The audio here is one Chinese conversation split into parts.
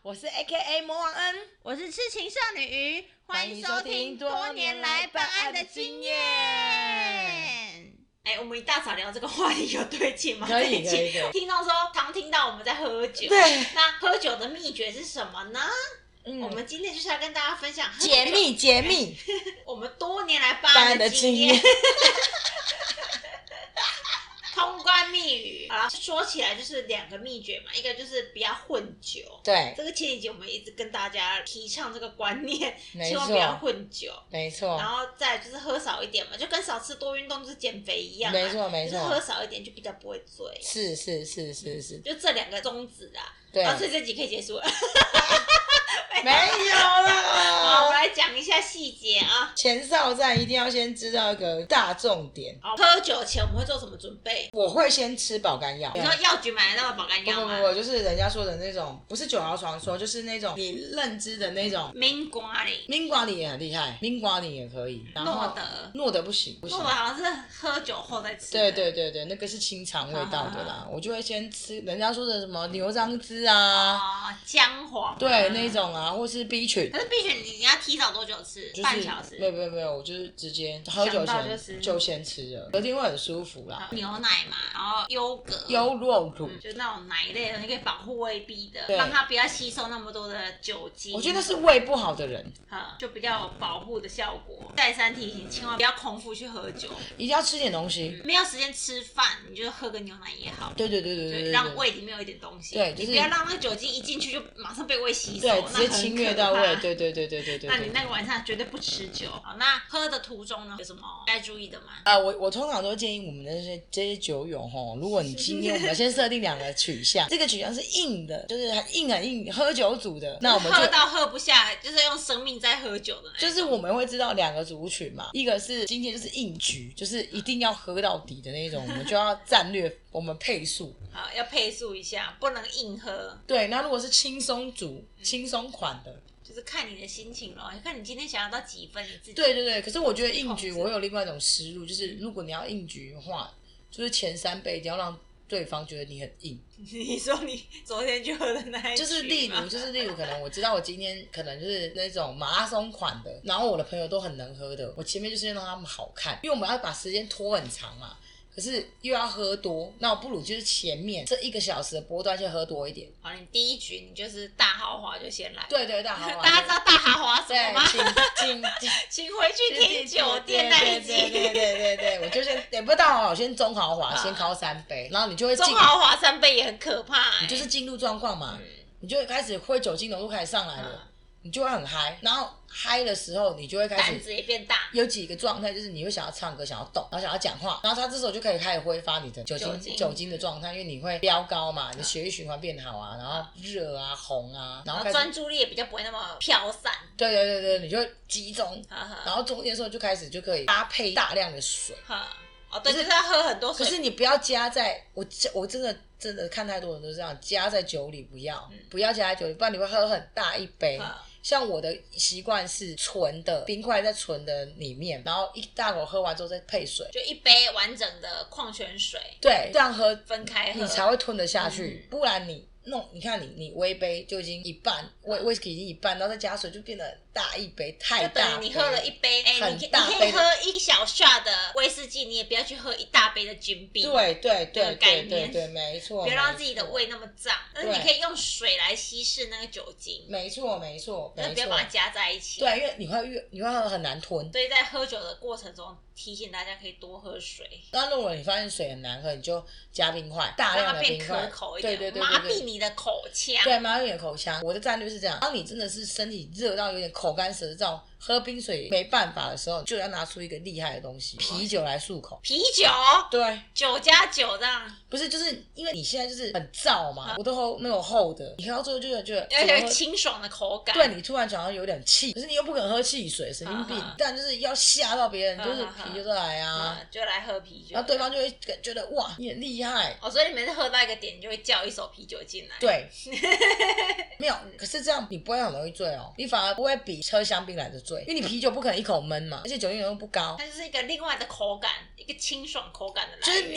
我是 AKA 魔王恩， 我是痴情少女鱼， 欢迎收听多年来办案的经验。 我们一大早聊这个话题有对劲吗？ 可以。 听众说常听到我们在喝酒， 对， 那喝酒的秘诀是什么呢？我们今天就是要跟大家分享解密我们多年来办案的经验。通关密语，好了，说起来就是两个秘诀嘛，一个就是不要混酒， 对， 这个前几集我们一直跟大家提倡这个观念， 没错， 千万不要混酒， 没错。 然后再来就是喝少一点嘛，就跟少吃多运动就是减肥一样， 没错， 就是喝少一点就比较不会醉， 是， 就这两个宗旨啦。 对， 所以这集可以结束了。 没有了。 好，我们来讲一下细节啊。 前哨站一定要先知道一个大重点。 好，喝酒前我们会做什么准备？ 我会先吃保肝药。 你说药局买得到的保肝药吗？ 不，就是人家说的那种，不是九号传说，就是那种你认知的那种。 明瓜里， 明瓜里也很厉害，明瓜里也可以。诺德不行， 诺德好像是喝酒后再吃。 对，那个是清肠胃道的啦。我就会先吃人家说的什么牛樟芝啊， 姜黄， 对那种啊，或是 B 群。 可是 B 群你要提早多久吃？就是、半小时？ 没有，我就是直接喝酒前就先吃了，隔天会很舒服啦。 牛奶嘛，然后优酪乳， 就那种奶类的，你可以保护胃壁的，让它不要吸收那么多的酒精。 我觉得是胃不好的人， 就比较有保护的效果。再三提醒，千万不要空腹去喝酒， 一定要吃点东西。 没有时间吃饭，你就喝个牛奶也好。 对， 让胃里面有一点东西。 对， 你不要让那个酒精一进去就马上被胃吸收， 对，直接侵略到胃。对。 那你那个晚上绝对不吃酒。好，那喝的途中呢，有什么该注意的吗？ 我通常都建议我们的这些酒友吼，如果你今天我们先设定两个取向，这个取向是硬的，就是很硬喝酒组的，那我们就喝到喝不下来，就是用生命在喝酒的那种。 就是我们会知道两个族群嘛，一个是今天就是硬局，就是一定要喝到底的那种，我们就要战略，我们配速。 好，要配速一下，不能硬喝。 对，那如果是轻松组、轻松款的。 就是看你的心情咯，看你今天想要到几分，你自己。 对，可是我觉得硬局我有另外一种思路，就是如果你要硬局的话，就是前3杯一定要让对方觉得你很硬。 你说你昨天去喝的那一局就是例如可能我知道我今天可能就是那种马拉松款的，然后我的朋友都很能喝的，我前面就是让他们好看，因为我们要把时间拖很长嘛。可是又要喝多，那我不如就是前面这1个小时的波段先喝多一点。 好，你第一局你就是大豪华就先来。 对，大豪华。 大家知道大豪华什么吗？请回去听酒店那一集。 对，我就先也不是大豪华，我先中豪华，先敲3杯，然后你就会中豪华3杯也很可怕。 你就是进入状况嘛，你就会开始会酒精浓度开始上来了。你就会很嗨，然后嗨的时候，你就会开始胆子也变大。 有几个状态，就是你会想要唱歌、想要动，然后想要讲话，然后他这时候就可以开始挥发你的酒精的状态，因为你会飙高嘛，你的血液循环变好啊，然后热啊、红啊，然后专注力也比较不会那么飘散。 对，你就会集中，然后中间的时候就开始就可以搭配大量的水。 对，就是要喝很多水。 可是你不要加在我真的看太多人都是这样，加在酒里不要加在酒里，不然你会喝很大一杯。像我的习惯是纯的冰块在纯的里面，然后一大口喝完之后再配水， 就1杯完整的矿泉水。 对，这样喝分开喝， 你才会吞得下去。不然你看你微杯就已经一半，威士忌已经一半，然后再加水就变得大一杯，太大杯。 就等于你喝了1杯， 很大杯， 你可以喝1小 shot 的威士忌，你也不要去喝1大杯的金币。 对，没错。 不要让自己的胃那么胀，但是你可以用水来稀释那个酒精。 没错。 但不要把它加在一起。 对，因为你会喝很难吞。 所以在喝酒的过程中，提醒大家可以多喝水。 那如果你发现水很难喝，你就加冰块，大量的冰块， 让它变可口一点， 对， 麻痹你的口腔。 对，麻痹你的口腔。我的战略是这样：当你真的是身体热到有点口干舌燥，喝冰水没办法的时候，就要拿出一个厉害的东西——啤酒来漱口。 啤酒？ 对， 酒加酒这样。 不是，就是因为你现在就是很燥嘛，我都喝那种厚的，你喝到最后就觉得有清爽的口感。 对，你突然想要有点气，可是你又不肯喝汽水，神经病。但就是要吓到别人，就是啤酒就来啊， 就来喝啤酒， 然后对方就会觉得哇，你很厉害。 所以你每次喝到一个点，你就会叫一手啤酒进来。 对，没有，可是这样你不会很容易醉哦，你反而不会比喝香槟来的醉，因为你啤酒不可能一口闷嘛，而且酒精浓度不高， 它就是一个另外的口感，一个清爽口感的来源。 就是你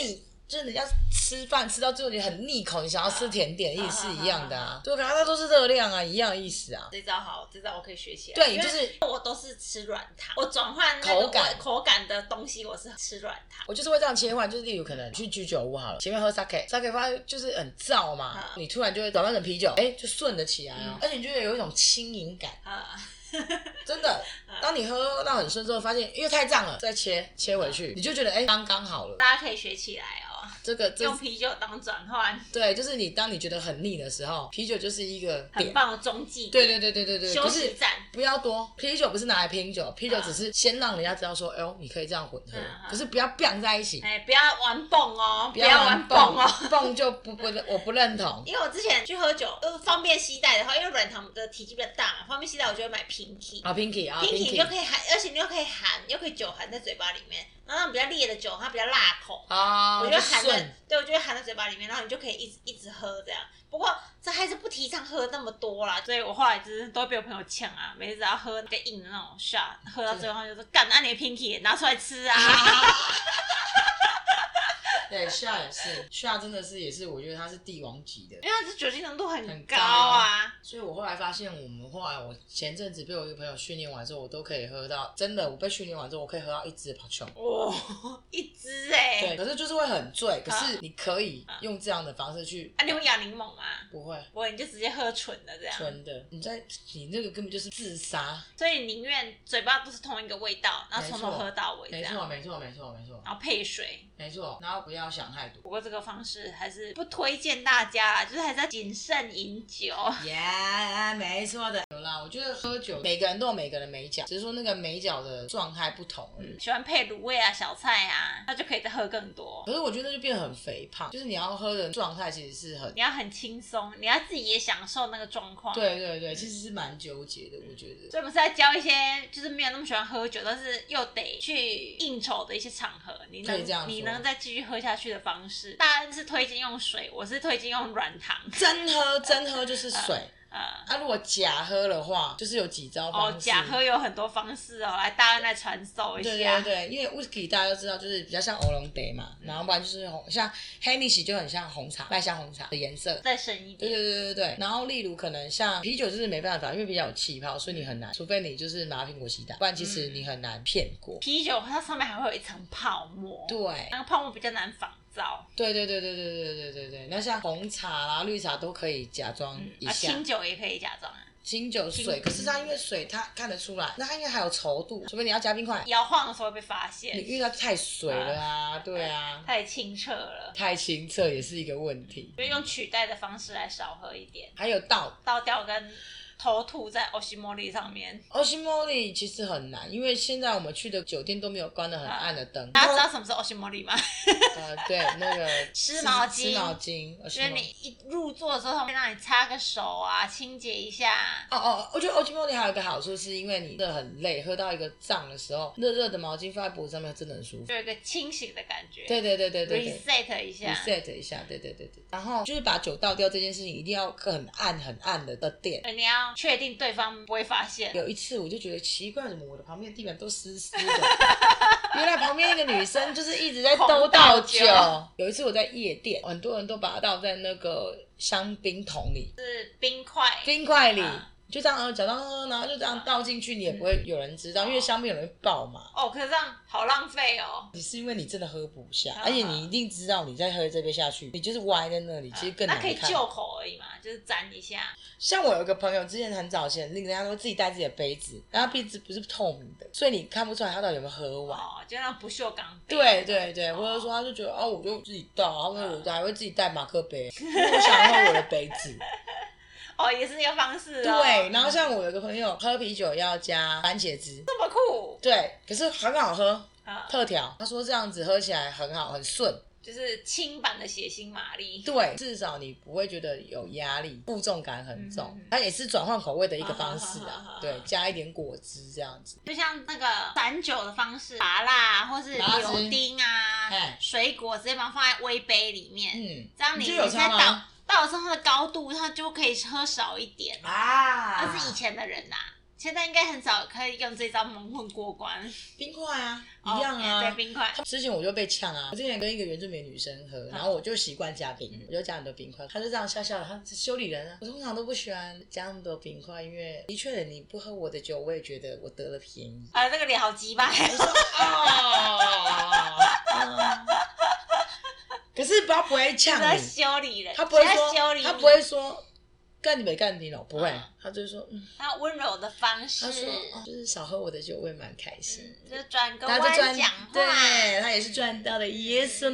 就是人家吃饭吃到最后你很腻口，你想要吃甜点，意思是一样的啊。对，可是它都是热量啊，一样的意思啊。 这招好，这招我可以学起来。 对，就是我都是吃软糖，我转换那个口感的东西，我是吃软糖。 我就是会这样切换，就是例如可能去居酒屋好了，前面喝 sake 发现就是很燥嘛，你突然就会转换成啤酒，就顺得起来哦，而且你就会有一种轻盈感。真的，当你喝到很顺之后，发现因为太胀了，再切回去，你就觉得刚刚好了。 大家可以学起来哦。 这用啤酒当转换， 对，就是当你觉得很腻的时候，啤酒就是一个很棒的中继点。对， 休息站不要多。啤酒不是拿来拼酒，啤酒只是先让人家知道说，你可以这样混合，可是不要并在一起。 不要玩蹦哦，不要玩蹦哦， 蹦就我不认同。 因为我之前去喝酒，方便携带的话，因为软糖的体积比较大嘛，方便携带，我就会买 Pinky。Pinky 你就可以含，而且你又可以含，又可以酒含在嘴巴里面。然后那种比较烈的酒，它比较辣口，我就含在，对，我就会含在嘴巴里面，然后你就可以一直喝这样。不过这还是不提倡喝那么多啦，所以我后来就是都被我朋友呛啊，每次只要喝那个硬的那种 shot， 喝到最后他就说干，那你的 Pinky 拿出来吃啊。 对，shot 也是，shot 真的是也是，我觉得它是帝王级的， 因为它这酒精浓度很高啊。 所以我后来发现，我前阵子被我一个朋友训练完之后，我都可以喝到，真的，我被训练完之后，我可以喝到1支的 Patron。 哇，一支对，可是就是会很醉，可是你可以用这样的方式去。 你会咬柠檬吗？ 不会， 你就直接喝纯的这样。 纯的，你那个根本就是自杀。 所以宁愿嘴巴都是同一个味道，然后从头喝到尾这样。 没错。 然后配水。 没错，然后不要想太多。 不过这个方式还是不推荐大家啦，就是还是要谨慎饮酒。 没错的。有啦，我觉得喝酒每个人都有每个人美角，只是说那个美角的状态不同而已。 喜欢配卤味啊、小菜啊，那就可以再喝更多。 可是我觉得就变得很肥胖，就是你要喝的状态其实是你要很轻松，你要自己也享受那个状况。 对，其实是蛮纠结的，我觉得。 所以我们是在教一些就是没有那么喜欢喝酒，但是又得去应酬的一些场合，你能再继续喝下去的方式。大家是推荐用水，我是推荐用软糖。 真喝就是水。如果假喝的话，就是有几招方式。 假喝有很多方式哦，来大家来传授一下。 对，因为 whisky 大家都知道，就是比较像欧龙茶嘛，然后不然就是像黑尼喜就很像红茶，麦香红茶的颜色再深一点。 对。然后例如可能像啤酒就是没办法，因为比较有气泡，所以你很难，除非你就是拿苹果西打，不然其实你很难骗过。 啤酒它上面还会有一层泡沫， 对， 那个泡沫比较难仿造。 对，那像红茶啦、绿茶都可以假装一下， 清酒也可以假装啊。 清酒水，可是它因为水它看得出来，那它应该还有稠度，除非你要加冰块， 摇晃的时候会被发现。 因为它太水了啊，对啊， 太清澈了， 太清澈也是一个问题。 就用取代的方式来少喝一点， 还有倒掉跟头吐在欧西莫利上面。 欧西莫利其实很难，因为现在我们去的酒店都没有关得很暗的灯。 大家知道什么是欧西莫利吗？ 对，那个湿毛巾， 因为你一入座的时候，他会让你擦个手啊，清洁一下。 我觉得欧西莫利还有一个好处，是因为你真的很累，喝到一个胀的时候，热的毛巾放在脖子上面真的很舒服， 就有一个清醒的感觉。 对 ，reset 一下。 对。然后就是把酒倒掉这件事情，一定要很暗的店。 你要确定对方不会发现。 有一次我就觉得奇怪，怎么我的旁边地板都湿湿的？原来旁边一个女生就是一直在都倒酒。有一次我在夜店，很多人都把它倒在那个香槟桶里， 是冰块里。就这样搅到，然后就这样倒进去，你也不会有人知道，因为香槟有人会爆嘛。 可是这样好浪费哦。 你是因为你真的喝不下，而且你一定知道你再喝这杯下去，你就是歪在那里，其实更难看。 那可以就口而已嘛，就是沾一下。 像我有个朋友，之前很早前，人家都自己带自己的杯子，然后杯子不是透明的，所以你看不出来他到底有没有喝完。 就那不锈钢杯。 对，或者说他就觉得我就自己倒，然后我还会自己带马克杯，因为我想喝我的杯子。 也是一个方式。 对，然后像我有个朋友喝啤酒要加番茄汁， 这么酷。 对，可是很好喝，特调。他说这样子喝起来很好，很顺， 就是轻版的血腥玛丽。 对，至少你不会觉得有压力，负重感很重。它也是转换口味的一个方式啊。对，加一点果汁这样子。 就像那个散酒的方式，麻辣或是柳丁啊，水果直接把它放在微杯里面，这样你再倒的时候它的高度，它就可以喝少一点啊。那是以前的人呐， 现在应该很少可以用这招蒙混过关。 冰块啊，一样啊。 对，冰块。 之前我就被呛啊，我之前跟一个原住民女生喝，然后我就习惯加冰，我就加很多冰块，她就这样笑笑的，她是修理人啊。我通常都不喜欢加那么多冰块，因为的确你不喝我的酒，我也觉得我得了便宜。 啊，那个脸好鸡巴。我说可是他不会呛你， 在修理人， 他不会说干你没干你了，不会，他就说他温柔的方式， 他说就是少喝我的酒，我也蛮开心， 就转个弯讲话， 对他也是赚到了 ，yes or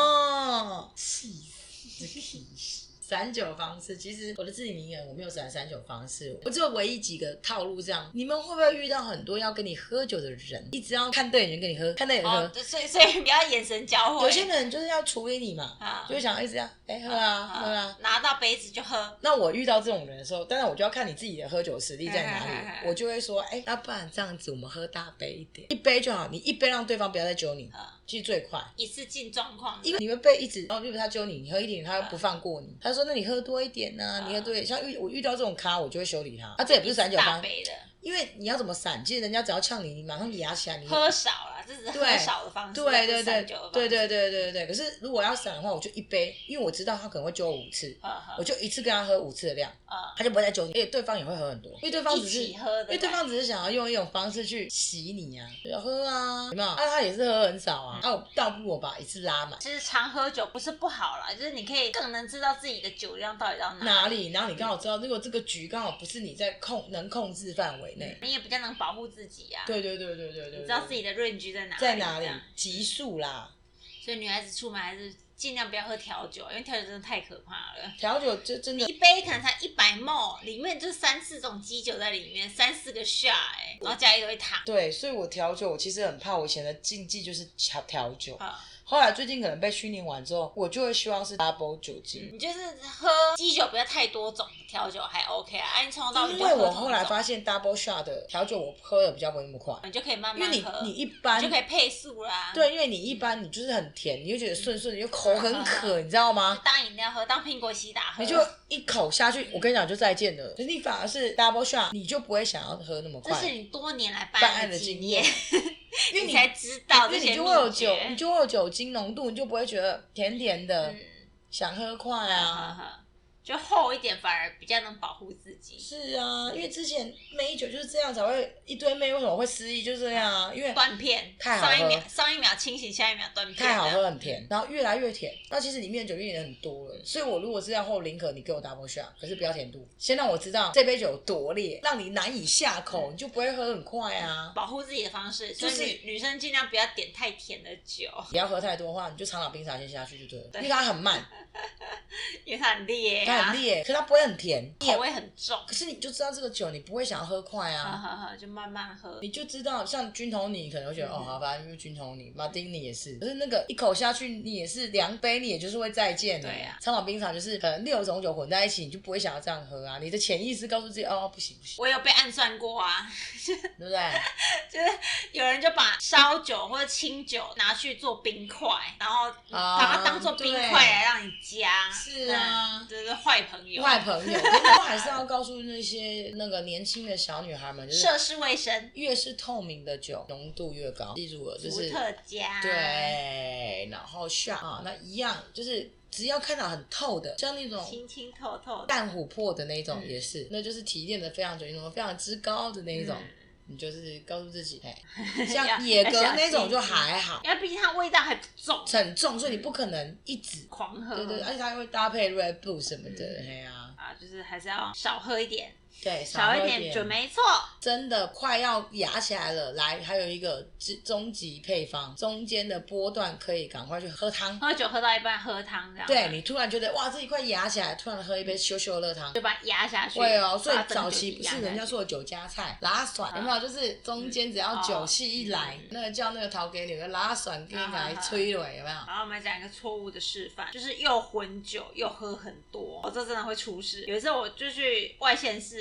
no， 气死。散酒方式，其实我的自己名言我没有散酒方式，我只有唯一几个套路这样。你们会不会遇到很多要跟你喝酒的人，一直要看对眼跟你喝，看对眼喝？ 所以不要眼神交汇。 有些人就是要处理你嘛，就会想一直要喝啊喝啊， 拿到杯子就喝。 那我遇到这种人的时候，当然我就要看你自己的喝酒实力在哪里，我就会说，那不然这样子我们喝大杯一点，一杯就好，你一杯让对方不要再揪你。其实最快一次进状况， 因为你会被一直例如他揪你，你喝一点，他又不放过你。他说：“那你喝多一点啊，你喝多一点。”像我遇到这种咖，我就会修理他。这也不是散酒方式，因为你要怎么散？其实人家只要呛你，你马上压起来。你喝少了，这只是喝少的方式。 对。可是如果要散的话，我就一杯，因为我知道他可能会揪我5次，我就一次跟他喝5次的量，他就不会再揪你。而且对方也会喝很多，因为对方只是想要用一种方式去洗你啊，要喝啊，有没有？他也是喝很少啊。我倒不如我把一次拉满。 其实常喝酒不是不好啦，就是你可以更能知道自己的酒量到底到哪里，然后你刚好知道，如果这个局刚好不是你在能控制范围内， 你也比较能保护自己啊。 对，你知道自己的 range 在哪里，级数啦。 所以女孩子出门还是尽量不要喝调酒，因为调酒真的太可怕了。 调酒就真的， 一杯可能才100ml，里面就3-4种基酒在里面，3-4个 shot，然后加一堆糖。 对，所以我调酒，我其实很怕，我以前的禁忌就是调酒。后来最近可能被训练完之后，我就会希望是 double 酒精。 你就是喝基酒不要太多种，调酒还 OK 啊。你从头到尾因为我后来发现 double shot 的调酒我喝的比较不会那么快， 你就可以慢慢喝。 因为你一般你就可以配速啦。 对，因为你一般你就是很甜，你就觉得顺，你就口很渴，你知道吗？ 当饮料喝，当苹果西打喝， 你就一口下去，我跟你讲就再见了。你反而是 double shot， 你就不会想要喝那么快。 这是你多年来办案的经验。因为你才知道这些秘诀， 你就会有酒精浓度，你就不会觉得甜甜的，想喝快啊。 就厚一点反而比较能保护自己。 是啊，因为之前妹酒就是这样才会一堆妹为什么会失忆，就这样啊，因为断片， 太好喝， 上一秒清醒，下一秒断片， 太好喝很甜，然后越来越甜，那其实里面的酒精也很多了，所以我如果是要后宁可你给我 double shot， 可是不要甜度，先让我知道这杯酒有多烈，让你难以下口，你就不会喝很快啊。 保护自己的方式就是女生尽量不要点太甜的酒， 不要喝太多的话，你就长岛冰茶先下去就对了，因为它很慢， 因为它很烈， 它很烈，可是它不会很甜， 口味很重， 可是你就知道这个酒你不会想要喝快啊， 就慢慢喝， 你就知道像君同你可能会觉得好吧，因为君同你马丁尼也是，可是那个一口下去你也是2杯，你也就是会再见的。对啊，长岛冰茶就是可能6种酒混在一起，你就不会想要这样喝啊，你的潜意识告诉自己不行。 我有被暗算过啊， 对不对？ 就是有人就把烧酒或者清酒拿去做冰块，然后把它当做冰块来让你加， 是啊， 这是坏朋友。 我还是要告诉那些年轻的小女孩们，就是涉世未深， 越是透明的酒浓度越高，记住了，就是伏特加， 对，然后shot那一样就是只要看到很透的，像那种清清透透淡琥珀的那种也是，那就是提炼的非常酒精浓度非常之高的那一种。你就是告诉自己，像野格那种就还好， 因为毕竟它味道还不重， 很重，所以你不可能一直狂喝。 对，而且它会搭配 Red Bull 什么的， 就是还是要少喝一点。 对， 少一点准没错。 真的快要压起来了，来，还有一个终极配方，中间的波段可以赶快去喝汤。 喝酒喝到一半喝汤这样。 对，你突然觉得哇，这一块压起来，突然喝一杯羞羞的热汤， 就把它压下去。 会哦，所以早期不是人家说的酒加菜拉爽，有没有？就是中间只要酒气一来，那个叫那个陶给你个拉爽给你来吹了，有没有？ 然后我们讲一个错误的示范，就是又混酒又喝很多，这真的会出事。有一次我就去外县市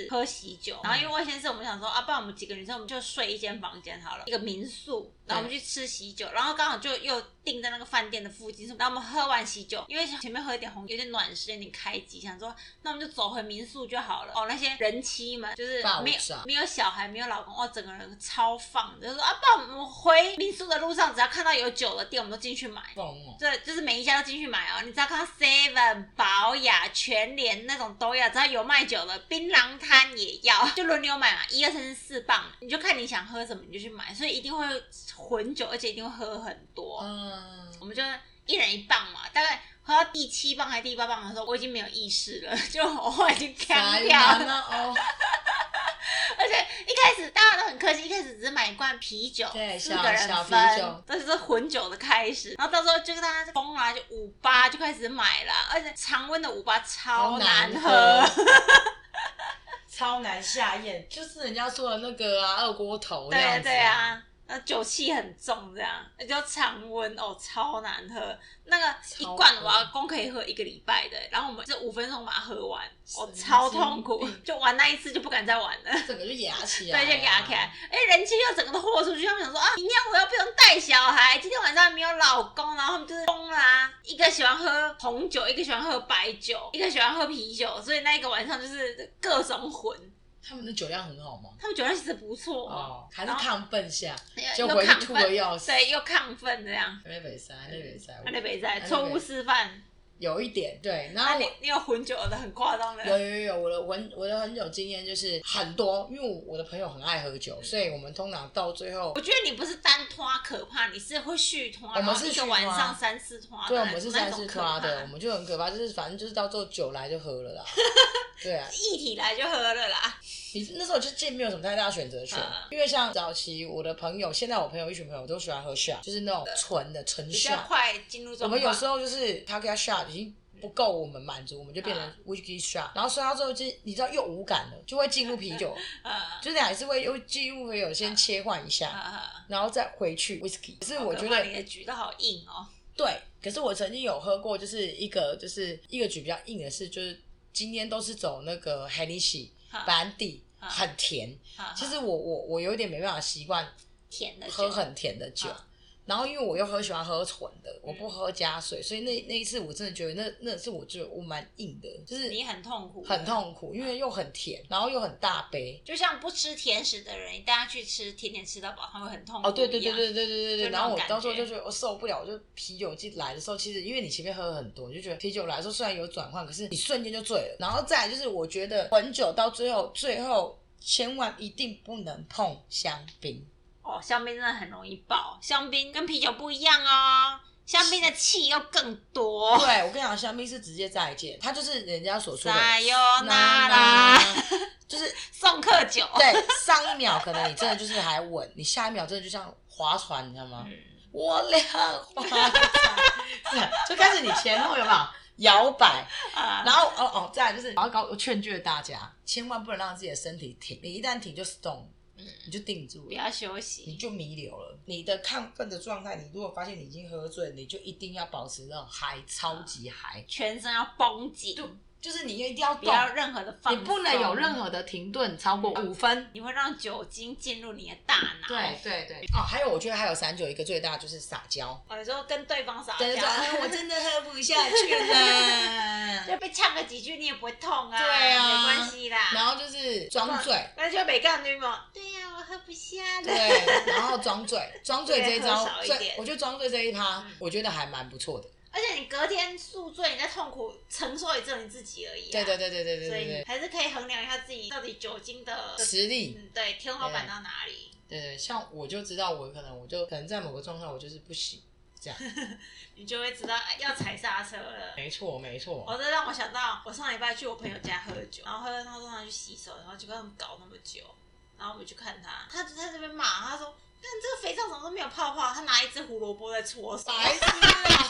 室喝喜酒，然后因为外县市我们想说不然我们几个女生我们就睡一间房间好了，一个民宿，然后我们去吃喜酒，然后刚好就又订在那个饭店的附近，然后我们喝完喜酒，因为前面喝一点红酒有点暖湿有点开机，想说那我们就走回民宿就好了。那些人妻们就是没有小孩没有老公整个人超放的，就说不然我们回民宿的路上只要看到有酒的店我们都进去买，对，就是每一家都进去买你只要看到 Seven、宝雅、全联那种都要，只要有卖酒的，槟榔摊也要，就轮流买嘛，1、2、3、4磅，你就看你想喝什么你就去买，所以一定会混酒，而且一定会喝很多。我们就1人1磅嘛，大概喝到第7磅还是第8磅的时候，我已经没有意识了，就我后来已经干掉了。而且一开始大家都很客气，一开始只是买一罐啤酒，4个人分，这是混酒的开始。然后到时候就跟大家疯了，就58就开始买了，而且常温的58超难喝， 超难下咽，就是人家说的那个二锅头这样子。 对啊。酒气很重，这样就常温超难喝。那个一罐我阿公可以喝1个礼拜的，然后我们是5分钟把它喝完，超痛苦，就玩那一次就不敢再玩了， 整个就压起来， 对，就压起来。人气又整个都豁出去，他们想说明天我又不用带小孩，今天晚上没有老公，然后他们就是疯啦。一个喜欢喝红酒，一个喜欢喝白酒，一个喜欢喝啤酒，所以那一个晚上就是各种混。 他们的酒量很好吗？ 他们酒量其实不错还是亢奋下， 就回去吐的要死， 对，又亢奋这样。 那没赛，错误示范。 有一点对，然后你有混酒的很夸张的。 有，我的混酒经验就是很多，因为我的朋友很爱喝酒，所以我们通常到最后， 我觉得你不是单拖可怕，你是会续拖， 我们是一个晚上3、4拖， 对，我们是3、4拖的，我们就很可怕，就是反正就是到最后酒来就喝了啦，对啊， 液体来就喝了啦。 你那时候就没有什么太大选择权，因为像早期我的朋友，现在我朋友一群朋友都喜欢喝 shot， 就是那种纯 shot， 比较快进入状况。 我们有时候就是他给他 shot 已经不够我们满足，我们就变成 whisky shot， 然后睡到之后就你知道又无感了，就会进入啤酒，就是还是会又进入会有先切换一下，然后再回去 whisky。可是我觉得你的局都好硬哦。 对，可是我曾经有喝过，就是一个局比较硬的是，就是今天都是走那个 Hennessy 班地，很甜。其实我有点没办法习惯甜的喝很甜的酒。然后因为我又喜欢喝纯的，我不喝加水，所以那一次我真的觉得那是我觉得我蛮硬的，就是你很痛苦， 很痛苦，因为又很甜，然后又很大杯， 就像不吃甜食的人，你带他去吃甜吃到饱，他会很痛苦。 对，然后我到时候就觉得我受不了，我就啤酒来的时候，其实因为你前面喝很多，你就觉得啤酒来的时候虽然有转换，可是你瞬间就醉了。然后再来就是我觉得混酒到最后千万一定不能碰香槟。 香槟真的很容易爆，香槟跟啤酒不一样哦，香槟的气又更多。 对，我跟你讲，香槟是直接再见，它就是人家所说的撒由那拉， 就是送客酒。 对，上一秒可能你真的就是还稳，你下一秒真的就像划船，你知道吗？我俩划船，就开始你前后有没有摇摆？然后再来就是我劝诫大家，千万不能让自己的身体停，你一旦停就 stone。你就定住了， 不要休息， 你就弥留了。你的亢奋的状态，你如果发现你已经喝醉了，你就一定要保持那种嗨，超级嗨， 全身要绷紧。 就是你一定要动， 不要任何的放松， 你不能有任何的停顿超过5分， 你会让酒精进入你的大脑。 对。还有我觉得还有3酒一个最大就是撒娇。 你说跟对方撒娇， 对，我真的喝不下去了， 就被呛个几句你也不会痛啊， 对啊， 没关系啦。 然后就是装醉， 那就没干对吗？对呀，我喝不下了。 对，然后装醉这一招，我觉得装醉这一趴，我觉得还蛮不错的。 而且你隔天宿醉，你在痛苦承受也只有你自己而已。 对， 所以你还是可以衡量一下自己到底酒精的实力， 对，天花板到哪里。 对，像我就知道我可能在某个状态我就是不行，这样你就会知道要踩刹车了。 没错。 这让我想到，我上礼拜去我朋友家喝酒，然后他说他去洗手，然后就跟他们搞那么久，然后我们去看他就在这边骂，他说：“看这个肥皂怎么都没有泡泡？”他拿一只胡萝卜在搓手， 白痴啊！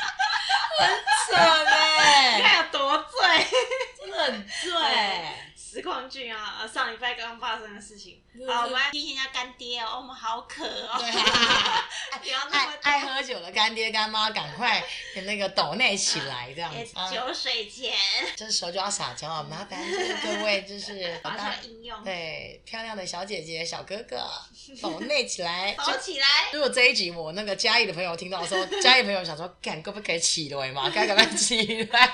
很扯欸， 你看有多醉， 真的很醉。 实况剧啊，上礼拜刚发生的事情。好，我们来提醒一下干爹哦，我们好渴哦。 对啊，爱喝酒的干爹干妈，赶快那个抖内起来，这样子。 酒水钱。 这时候就要撒娇啊，麻烦就是各位就是拿出来应用。 对，漂亮的小姐姐、小哥哥，抖内起来， 抖起来。 如果这一集我那个嘉义的朋友听到的时候，嘉义朋友想说，干可不可以起来嘛？该赶快起来。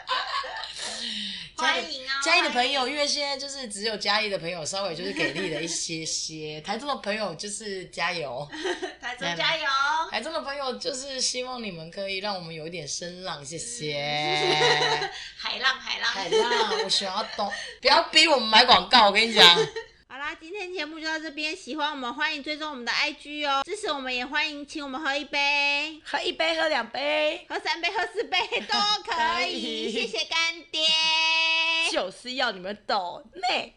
欢迎啊！ 嘉义的朋友，因为现在就是只有嘉义的朋友稍微就是给力了一些些，台中的朋友就是加油， 台中加油！ 台中的朋友就是希望你们可以让我们有一点声浪，谢谢。 海浪， 我想要懂，不要逼我们买广告，我跟你讲。 好啦，今天节目就到这边，喜欢我们欢迎追踪我们的 IG 哦，支持我们也欢迎请我们喝一杯， 喝1杯，喝2杯， 喝3杯，喝4杯都可以，谢谢干爹， 就是要你们抖内。